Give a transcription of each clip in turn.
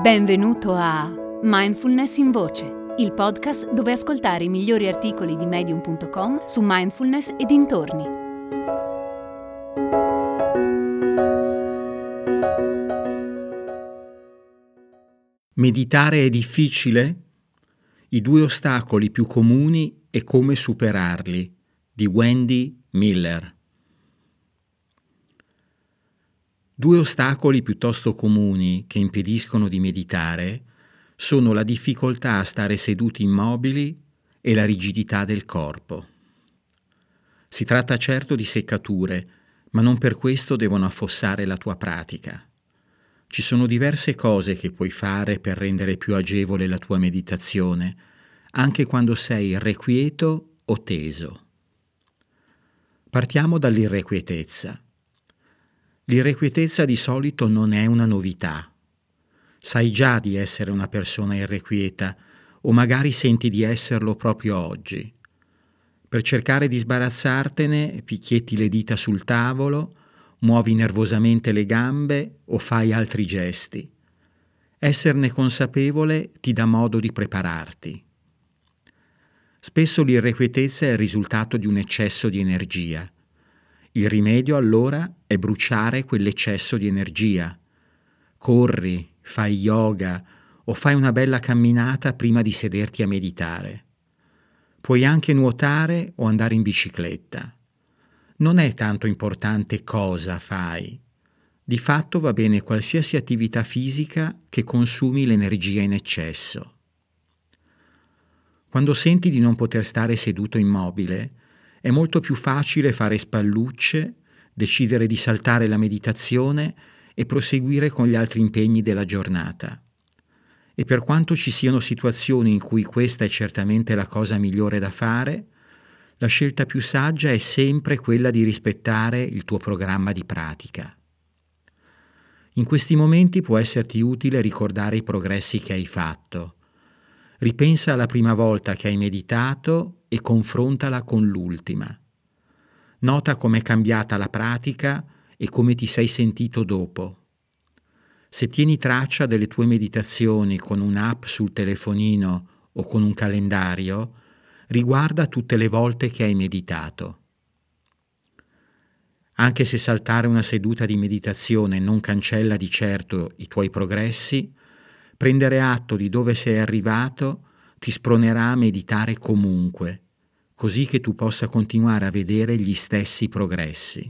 Benvenuto a Mindfulness in Voce, il podcast dove ascoltare i migliori articoli di Medium.com su mindfulness e dintorni. Meditare è difficile? I 2 ostacoli più comuni e come superarli, di Wendy Miller. 2 ostacoli piuttosto comuni che impediscono di meditare sono la difficoltà a stare seduti immobili e la rigidità del corpo. Si tratta certo di seccature, ma non per questo devono affossare la tua pratica. Ci sono diverse cose che puoi fare per rendere più agevole la tua meditazione, anche quando sei irrequieto o teso. Partiamo dall'irrequietezza. L'irrequietezza di solito non è una novità. Sai già di essere una persona irrequieta o magari senti di esserlo proprio oggi. Per cercare di sbarazzartene, picchietti le dita sul tavolo, muovi nervosamente le gambe o fai altri gesti. Esserne consapevole ti dà modo di prepararti. Spesso l'irrequietezza è il risultato di un eccesso di energia. Il rimedio allora è bruciare quell'eccesso di energia. Corri, fai yoga o fai una bella camminata prima di sederti a meditare. Puoi anche nuotare o andare in bicicletta. Non è tanto importante cosa fai. Di fatto va bene qualsiasi attività fisica che consumi l'energia in eccesso. Quando senti di non poter stare seduto immobile, è molto più facile fare spallucce, decidere di saltare la meditazione e proseguire con gli altri impegni della giornata. E per quanto ci siano situazioni in cui questa è certamente la cosa migliore da fare, la scelta più saggia è sempre quella di rispettare il tuo programma di pratica. In questi momenti può esserti utile ricordare i progressi che hai fatto. Ripensa alla prima volta che hai meditato e confrontala con l'ultima. Nota com'è cambiata la pratica e come ti sei sentito dopo. Se tieni traccia delle tue meditazioni con un'app sul telefonino o con un calendario, riguarda tutte le volte che hai meditato. Anche se saltare una seduta di meditazione non cancella di certo i tuoi progressi, prendere atto di dove sei arrivato ti spronerà a meditare comunque, così che tu possa continuare a vedere gli stessi progressi.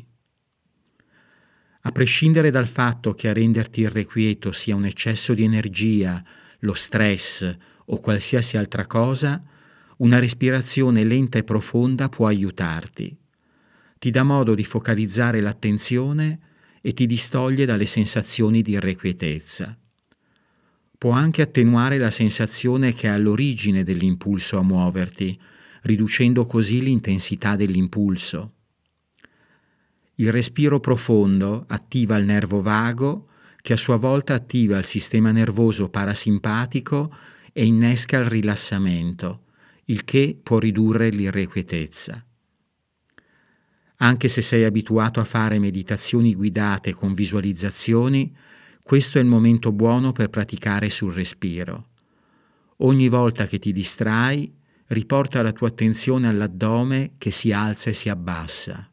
A prescindere dal fatto che a renderti irrequieto sia un eccesso di energia, lo stress o qualsiasi altra cosa, una respirazione lenta e profonda può aiutarti. Ti dà modo di focalizzare l'attenzione e ti distoglie dalle sensazioni di irrequietezza. Può anche attenuare la sensazione che è all'origine dell'impulso a muoverti, riducendo così l'intensità dell'impulso. Il respiro profondo attiva il nervo vago, che a sua volta attiva il sistema nervoso parasimpatico e innesca il rilassamento, il che può ridurre l'irrequietezza. Anche se sei abituato a fare meditazioni guidate con visualizzazioni, questo è il momento buono per praticare sul respiro. Ogni volta che ti distrai, riporta la tua attenzione all'addome che si alza e si abbassa.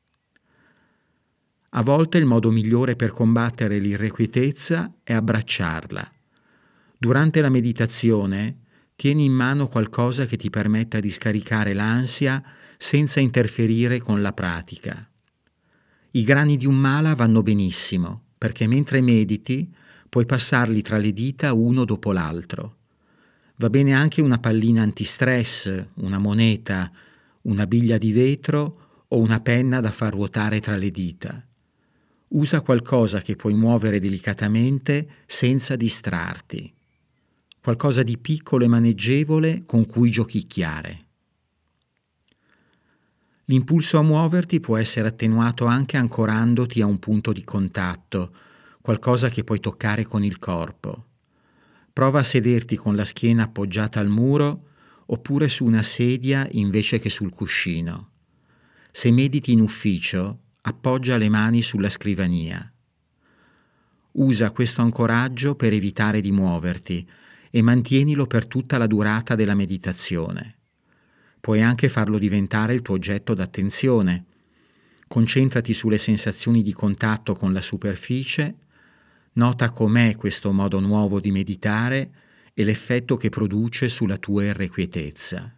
A volte il modo migliore per combattere l'irrequietezza è abbracciarla. Durante la meditazione, tieni in mano qualcosa che ti permetta di scaricare l'ansia senza interferire con la pratica. I grani di un mala vanno benissimo, perché mentre mediti puoi passarli tra le dita uno dopo l'altro. Va bene anche una pallina antistress, una moneta, una biglia di vetro o una penna da far ruotare tra le dita. Usa qualcosa che puoi muovere delicatamente senza distrarti. Qualcosa di piccolo e maneggevole con cui giochicchiare. L'impulso a muoverti può essere attenuato anche ancorandoti a un punto di contatto, qualcosa che puoi toccare con il corpo. Prova a sederti con la schiena appoggiata al muro oppure su una sedia invece che sul cuscino. Se mediti in ufficio, appoggia le mani sulla scrivania. Usa questo ancoraggio per evitare di muoverti e mantienilo per tutta la durata della meditazione. Puoi anche farlo diventare il tuo oggetto d'attenzione. Concentrati sulle sensazioni di contatto con la superficie, nota com'è questo modo nuovo di meditare e l'effetto che produce sulla tua irrequietezza.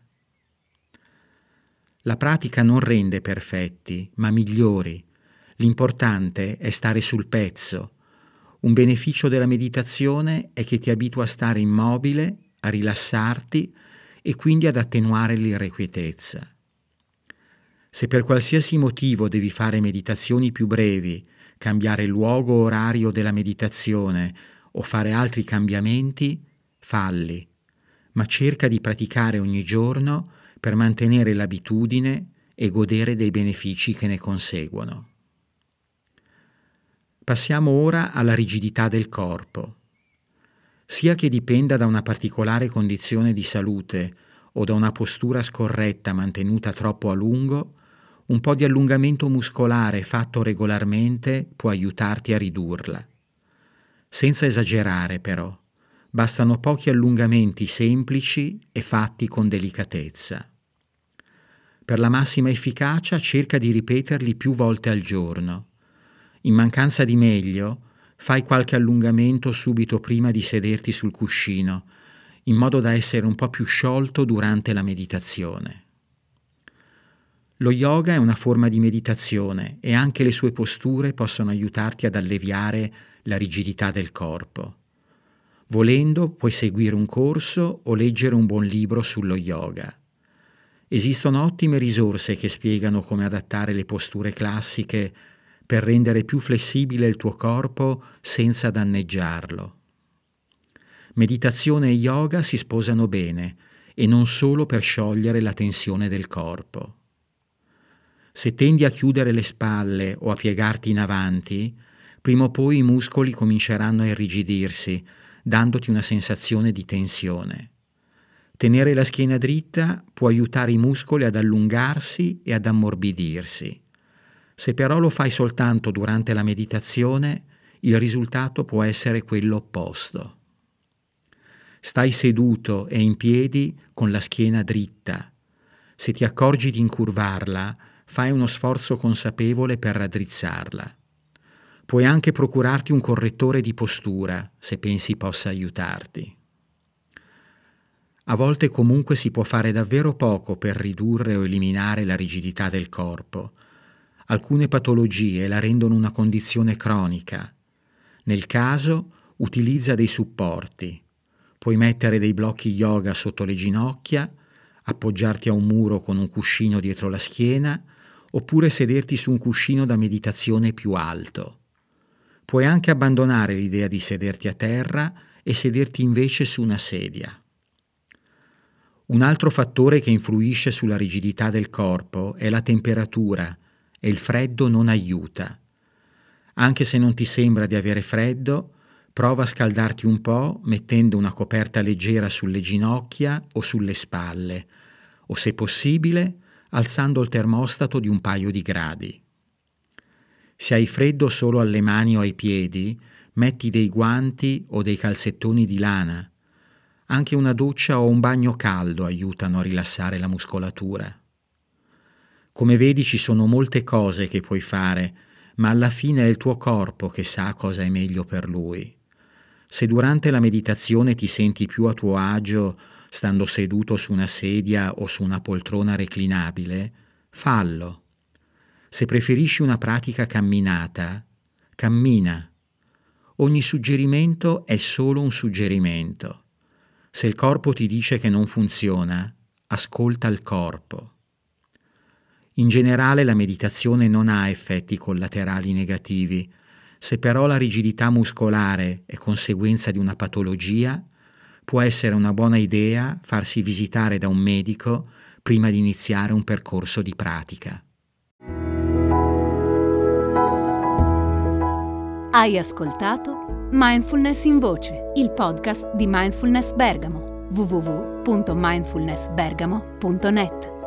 La pratica non rende perfetti, ma migliori. L'importante è stare sul pezzo. Un beneficio della meditazione è che ti abitua a stare immobile, a rilassarti e quindi ad attenuare l'irrequietezza. Se per qualsiasi motivo devi fare meditazioni più brevi, cambiare il luogo orario della meditazione o fare altri cambiamenti, falli, ma cerca di praticare ogni giorno per mantenere l'abitudine e godere dei benefici che ne conseguono. Passiamo ora alla rigidità del corpo. Sia che dipenda da una particolare condizione di salute o da una postura scorretta mantenuta troppo a lungo, un po' di allungamento muscolare fatto regolarmente può aiutarti a ridurla. Senza esagerare però, bastano pochi allungamenti semplici e fatti con delicatezza. Per la massima efficacia cerca di ripeterli più volte al giorno. In mancanza di meglio, fai qualche allungamento subito prima di sederti sul cuscino, in modo da essere un po' più sciolto durante la meditazione. Lo yoga è una forma di meditazione e anche le sue posture possono aiutarti ad alleviare la rigidità del corpo. Volendo, puoi seguire un corso o leggere un buon libro sullo yoga. Esistono ottime risorse che spiegano come adattare le posture classiche per rendere più flessibile il tuo corpo senza danneggiarlo. Meditazione e yoga si sposano bene e non solo per sciogliere la tensione del corpo. Se tendi a chiudere le spalle o a piegarti in avanti, prima o poi i muscoli cominceranno a irrigidirsi, dandoti una sensazione di tensione. Tenere la schiena dritta può aiutare i muscoli ad allungarsi e ad ammorbidirsi. Se però lo fai soltanto durante la meditazione, il risultato può essere quello opposto. Stai seduto e in piedi con la schiena dritta. Se ti accorgi di incurvarla, fai uno sforzo consapevole per raddrizzarla. Puoi anche procurarti un correttore di postura, se pensi possa aiutarti. A volte comunque si può fare davvero poco per ridurre o eliminare la rigidità del corpo. Alcune patologie la rendono una condizione cronica. Nel caso, utilizza dei supporti. Puoi mettere dei blocchi yoga sotto le ginocchia, appoggiarti a un muro con un cuscino dietro la schiena, oppure sederti su un cuscino da meditazione più alto. Puoi anche abbandonare l'idea di sederti a terra e sederti invece su una sedia. Un altro fattore che influisce sulla rigidità del corpo è la temperatura e il freddo non aiuta. Anche se non ti sembra di avere freddo, prova a scaldarti un po' mettendo una coperta leggera sulle ginocchia o sulle spalle, o se possibile alzando il termostato di un paio di gradi. Se hai freddo solo alle mani o ai piedi, metti dei guanti o dei calzettoni di lana. Anche una doccia o un bagno caldo aiutano a rilassare la muscolatura. Come vedi ci sono molte cose che puoi fare, ma alla fine è il tuo corpo che sa cosa è meglio per lui. Se durante la meditazione ti senti più a tuo agio stando seduto su una sedia o su una poltrona reclinabile, fallo. Se preferisci una pratica camminata, cammina. Ogni suggerimento è solo un suggerimento. Se il corpo ti dice che non funziona, ascolta il corpo. In generale la meditazione non ha effetti collaterali negativi. Se però la rigidità muscolare è conseguenza di una patologia, può essere una buona idea farsi visitare da un medico prima di iniziare un percorso di pratica. Hai ascoltato Mindfulness in Voce, il podcast di Mindfulness Bergamo, www.mindfulnessbergamo.net.